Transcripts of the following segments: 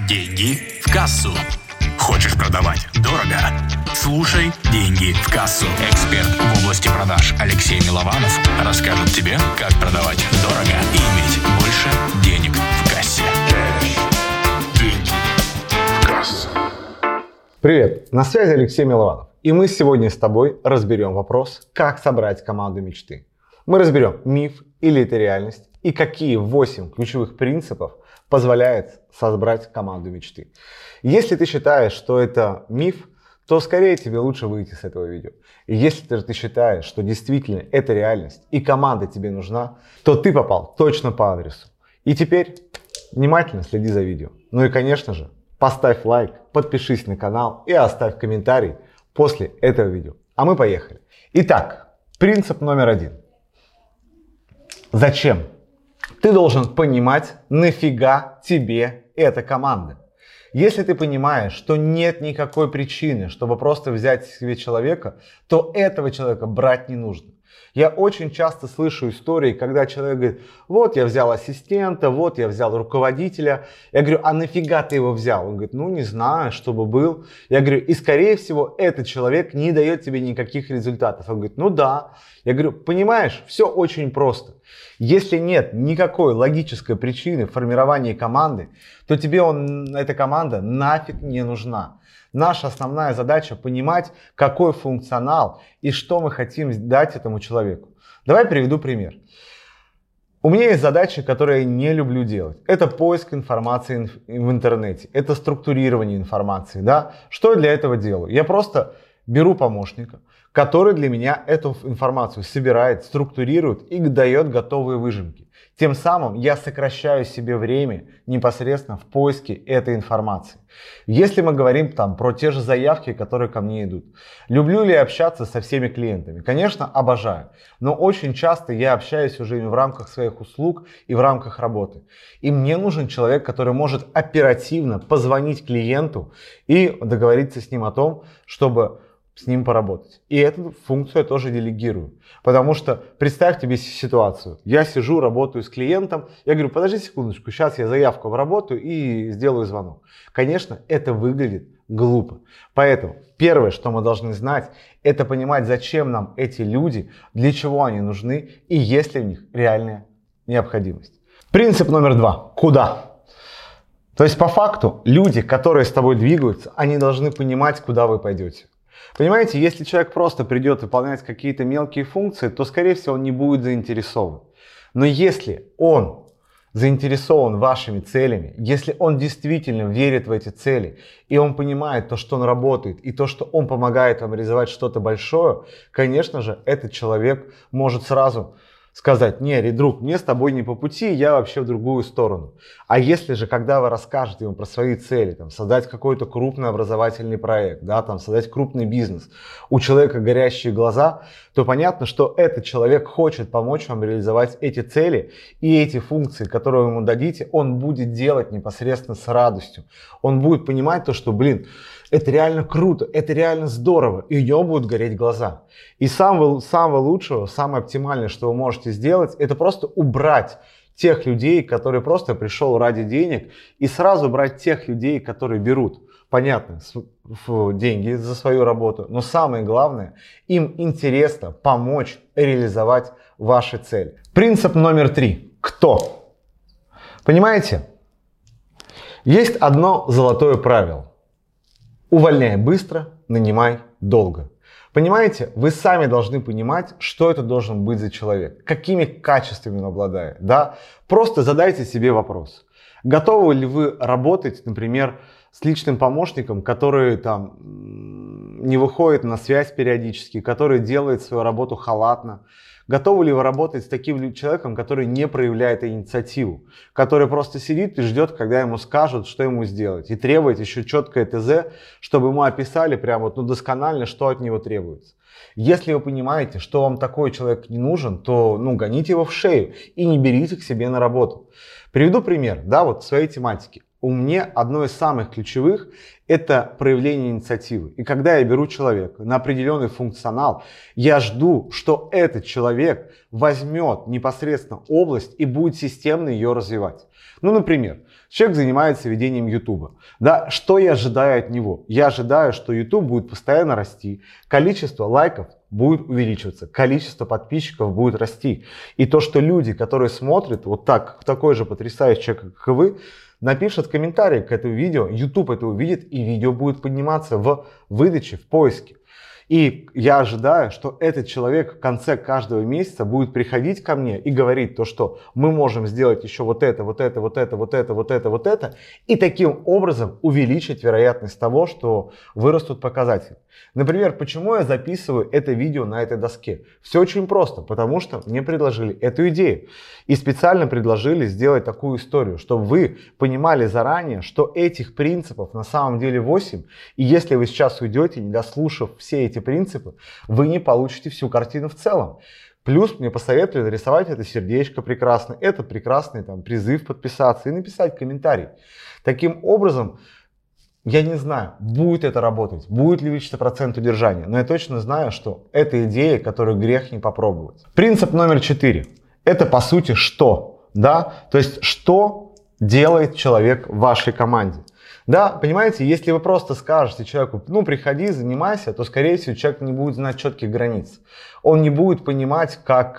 Деньги в кассу. Хочешь продавать дорого? Слушай «Деньги в кассу». Эксперт в области продаж Алексей Милованов расскажет тебе, как продавать дорого и иметь больше денег в кассе. Деньги в кассу. Привет, на связи Алексей Милованов. И мы сегодня с тобой разберем вопрос, как собрать команду мечты. Мы разберем, миф или это реальность, и какие 8 ключевых принципов позволяет собрать команду мечты. Если ты считаешь, что это миф, то скорее тебе лучше выйти с этого видео. И если ты считаешь, что действительно это реальность и команда тебе нужна, то ты попал точно по адресу. И теперь внимательно следи за видео. Ну и конечно же, поставь лайк, подпишись на канал и оставь комментарий после этого видео. А мы поехали. Итак, принцип номер 1. Зачем? Ты должен понимать, нафига тебе эта команда. Если ты понимаешь, что нет никакой причины, чтобы просто взять себе человека, то этого человека брать не нужно. Я очень часто слышу истории, когда человек говорит: вот я взял ассистента, вот я взял руководителя. Я говорю: а нафига ты его взял? Он говорит: ну не знаю, чтобы был. Я говорю: и скорее всего этот человек не дает тебе никаких результатов. Он говорит: ну да. Я говорю: понимаешь, все очень просто. Если нет никакой логической причины формирования команды, то тебе эта команда нафиг не нужна. Наша основная задача понимать, какой функционал и что мы хотим дать этому человеку. Давай приведу пример. У меня есть задачи, которые я не люблю делать. Это поиск информации в интернете, это структурирование информации. Да? Что я для этого делаю? Я просто беру помощника, который для меня эту информацию собирает, структурирует и дает готовые выжимки. Тем самым я сокращаю себе время непосредственно в поиске этой информации. Если мы говорим про те же заявки, которые ко мне идут. Люблю ли я общаться со всеми клиентами? Конечно, обожаю. Но очень часто я общаюсь уже в рамках своих услуг и в рамках работы. И мне нужен человек, который может оперативно позвонить клиенту и договориться с ним о том, чтобы с ним поработать. И эту функцию я тоже делегирую. Потому что представь тебе ситуацию. Я сижу, работаю с клиентом. Я говорю: подожди секундочку, сейчас я заявку обработаю и сделаю звонок. Конечно, это выглядит глупо. Поэтому первое, что мы должны знать, это понимать, зачем нам эти люди, для чего они нужны и есть ли в них реальная необходимость. Принцип номер 2. Куда? То есть по факту люди, которые с тобой двигаются, они должны понимать, куда вы пойдете. Понимаете, если человек просто придет выполнять какие-то мелкие функции, то, скорее всего, он не будет заинтересован. Но если он заинтересован вашими целями, если он действительно верит в эти цели, и он понимает то, что он работает, и то, что он помогает вам реализовать что-то большое, конечно же, этот человек может сразу сказать: не, друг, мне с тобой не по пути, я вообще в другую сторону. А если же, когда вы расскажете ему про свои цели, создать какой-то крупный образовательный проект, создать крупный бизнес, у человека горящие глаза, то понятно, что этот человек хочет помочь вам реализовать эти цели, и эти функции, которые вы ему дадите, он будет делать непосредственно с радостью. Он будет понимать то, что, это реально круто, это реально здорово, и у него будут гореть глаза. И самого лучшего, самое оптимальное, что вы можете сделать, это просто убрать тех людей, которые просто пришел ради денег, и сразу брать тех людей, которые берут, понятно, деньги за свою работу, но самое главное, им интересно помочь реализовать ваши цели. Принцип номер 3. Кто? Понимаете? Есть одно золотое правило. Увольняй быстро, нанимай долго. Понимаете, вы сами должны понимать, что это должен быть за человек, какими качествами он обладает. Да? Просто задайте себе вопрос. Готовы ли вы работать, например, с личным помощником, который не выходит на связь периодически, который делает свою работу халатно? Готовы ли вы работать с таким человеком, который не проявляет инициативу, который просто сидит и ждет, когда ему скажут, что ему сделать, и требует еще четкое ТЗ, чтобы ему описали досконально, что от него требуется? Если вы понимаете, что вам такой человек не нужен, то гоните его в шею и не берите к себе на работу. Приведу пример, в своей тематике. у меня одно из самых ключевых – это проявление инициативы. И когда я беру человека на определенный функционал, я жду, что этот человек возьмет непосредственно область и будет системно ее развивать. Ну, например, человек занимается ведением YouTube. Да, что я ожидаю от него? Я ожидаю, что YouTube будет постоянно расти, количество лайков будет увеличиваться, количество подписчиков будет расти. И то, что люди, которые смотрят вот так, такой же потрясающий человек, как и вы, напишет комментарий к этому видео, YouTube это увидит, и видео будет подниматься в выдаче, в поиске. И я ожидаю, что этот человек в конце каждого месяца будет приходить ко мне и говорить то, что мы можем сделать еще вот это, вот это, вот это, вот это, вот это, вот это, и таким образом увеличить вероятность того, что вырастут показатели. Например, почему я записываю это видео на этой доске? Все очень просто, потому что мне предложили эту идею. И специально предложили сделать такую историю, чтобы вы понимали заранее, что этих принципов на самом деле 8. И если вы сейчас уйдете, не дослушав все эти принципы, вы не получите всю картину в целом. Плюс мне посоветовали нарисовать это сердечко прекрасно, это прекрасный там призыв подписаться и написать комментарий. Таким образом, я не знаю, будет это работать, будет ли увеличиться процент удержания, но я точно знаю, что это идея, которую грех не попробовать. Принцип номер 4. Это по сути что? Да? То есть что делает человек в вашей команде? Да, понимаете, если вы просто скажете человеку, ну приходи, занимайся, то скорее всего человек не будет знать четких границ. Он не будет понимать,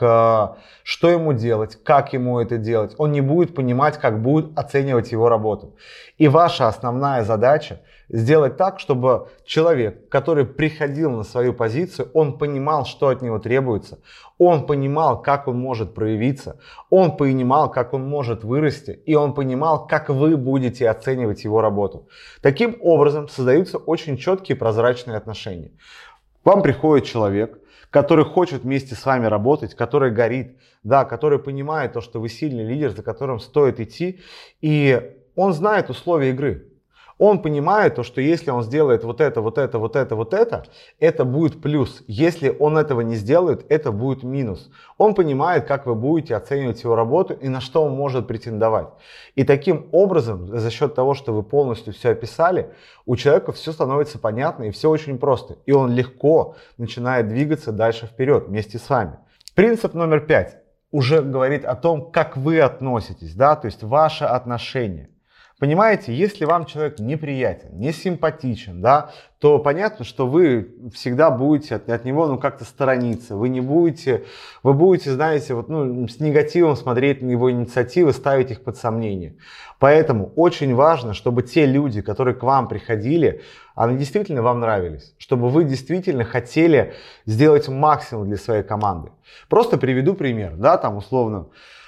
что ему делать, как ему это делать. Он не будет понимать, как будет оценивать его работу. И ваша основная задача сделать так, чтобы человек, который приходил на свою позицию, он понимал, что от него требуется, он понимал, как он может проявиться, он понимал, как он может вырасти, и он понимал, как вы будете оценивать его работу. Таким образом создаются очень четкие прозрачные отношения. К вам приходит человек, который хочет вместе с вами работать, который горит, да, который понимает то, что вы сильный лидер, за которым стоит идти, и он знает условия игры. Он понимает то, что если он сделает вот это, вот это, вот это, вот это будет плюс. Если он этого не сделает, это будет минус. Он понимает, как вы будете оценивать его работу и на что он может претендовать. И таким образом, за счет того, что вы полностью все описали, у человека все становится понятно и все очень просто. И он легко начинает двигаться дальше вперед вместе с вами. Принцип номер 5 уже говорит о том, как вы относитесь, да, то есть ваше отношение. Понимаете, если вам человек неприятен, не симпатичен, да, то понятно, что вы всегда будете от него как-то сторониться. Вы будете, знаете, с негативом смотреть на его инициативы, ставить их под сомнение. Поэтому очень важно, чтобы те люди, которые к вам приходили, они действительно вам нравились, чтобы вы действительно хотели сделать максимум для своей команды. Просто приведу пример, да, там условно.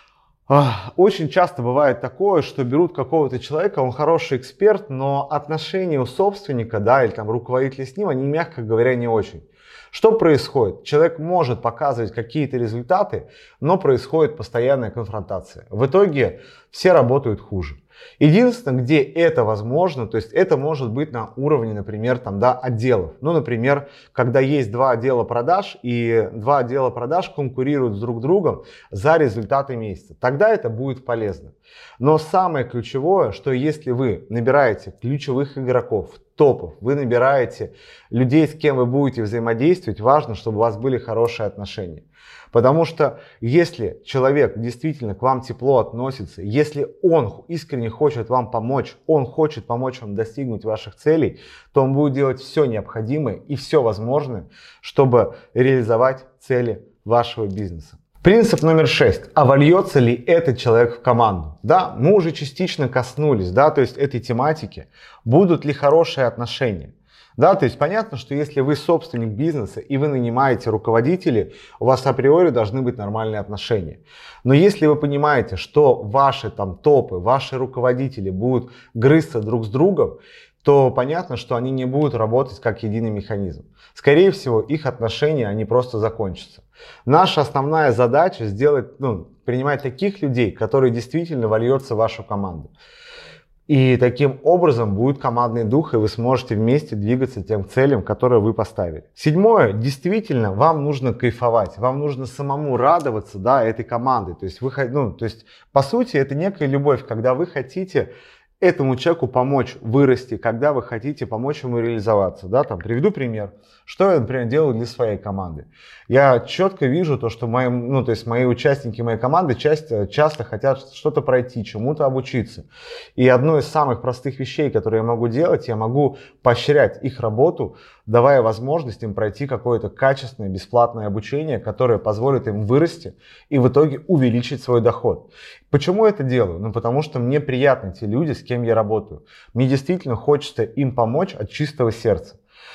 Очень часто бывает такое, что берут какого-то человека, он хороший эксперт, но отношения у собственника, да, или там руководителя с ним, они, мягко говоря, не очень. Что происходит? Человек может показывать какие-то результаты, но происходит постоянная конфронтация. В итоге все работают хуже. Единственное, где это возможно, то есть это может быть на уровне, например, отделов. Ну, например, когда есть два отдела продаж, и два отдела продаж конкурируют с друг другом за результаты месяца. Тогда это будет полезно. Но самое ключевое, что если вы набираете ключевых игроков, топов, вы набираете людей, с кем вы будете взаимодействовать, важно, чтобы у вас были хорошие отношения. Потому что если человек действительно к вам тепло относится, если он искренне хочет вам помочь, он хочет помочь вам достигнуть ваших целей, то он будет делать все необходимое и все возможное, чтобы реализовать цели вашего бизнеса. Принцип номер 6. А вольется ли этот человек в команду? Да, мы уже частично коснулись, да, то есть этой тематики. Будут ли хорошие отношения? Да, то есть понятно, что если вы собственник бизнеса и вы нанимаете руководителей, у вас априори должны быть нормальные отношения. Но если вы понимаете, что ваши топы, ваши руководители будут грызться друг с другом, то понятно, что они не будут работать как единый механизм. Скорее всего, их отношения, они просто закончатся. Наша основная задача принимать таких людей, которые действительно вольются в вашу команду. И таким образом будет командный дух, и вы сможете вместе двигаться тем целям, которые вы поставили. 7. Действительно, вам нужно кайфовать, вам нужно самому радоваться, да, этой командой. То есть, по сути, это некая любовь, когда вы хотите этому человеку помочь вырасти, когда вы хотите помочь ему реализоваться. Да, там, приведу пример, что я, например, делаю для своей команды. Я четко вижу то, что мои участники моей команды часто хотят что-то пройти, чему-то обучиться. И одно из самых простых вещей, которые я могу делать, я могу поощрять их работу, давая возможность им пройти какое-то качественное бесплатное обучение, которое позволит им вырасти и в итоге увеличить свой доход. Почему я это делаю? Ну, потому что мне приятны те люди, с кем я работаю. Мне действительно хочется им помочь от чистого сердца.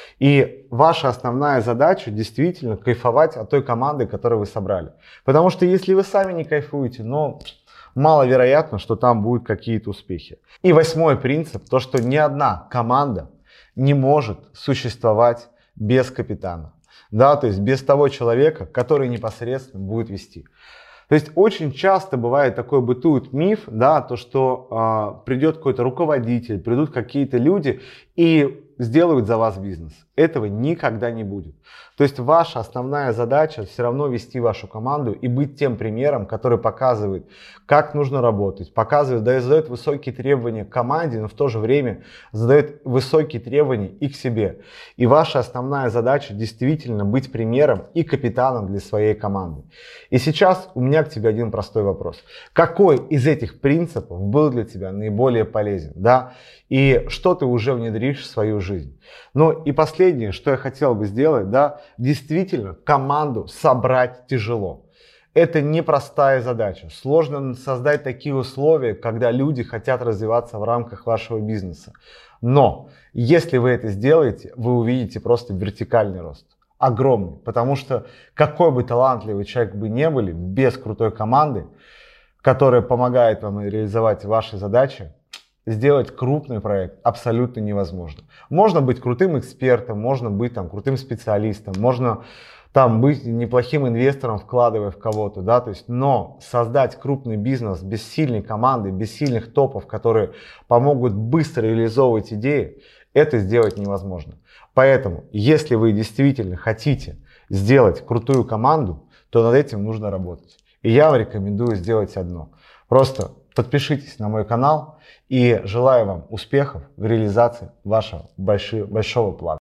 И ваша основная задача действительно кайфовать от той команды, которую вы собрали. Потому что если вы сами не кайфуете, маловероятно, что там будут какие-то успехи. И 8-й принцип, то что ни одна команда не может существовать без капитана. Да, то есть без того человека, который непосредственно будет вести. То есть очень часто бывает такой бытует миф, да, то что придет какой-то руководитель, придут какие-то люди и сделают за вас бизнес. Этого никогда не будет. То есть ваша основная задача все равно вести вашу команду и быть тем примером, который показывает, как нужно работать, показывает, да, и задает высокие требования к команде, но в то же время задает высокие требования и к себе. И ваша основная задача действительно быть примером и капитаном для своей команды. И сейчас у меня к тебе один простой вопрос. Какой из этих принципов был для тебя наиболее полезен? Да? И что ты уже внедришь в свою жизнь? Ну и последнее, что я хотел бы сделать, да, действительно команду собрать тяжело. Это непростая задача. Сложно создать такие условия, когда люди хотят развиваться в рамках вашего бизнеса. Но если вы это сделаете, вы увидите просто вертикальный рост. Огромный. Потому что какой бы талантливый человек бы не были, без крутой команды, которая помогает вам реализовать ваши задачи, сделать крупный проект абсолютно невозможно. Можно быть крутым экспертом, можно быть там крутым специалистом, можно там быть неплохим инвестором, вкладывая в кого-то, да, то есть, но создать крупный бизнес без сильной команды, без сильных топов, которые помогут быстро реализовывать идеи, это сделать невозможно. Поэтому, если вы действительно хотите сделать крутую команду, то над этим нужно работать. И я вам рекомендую сделать одно. Просто подпишитесь на мой канал и желаю вам успехов в реализации вашего большого плана.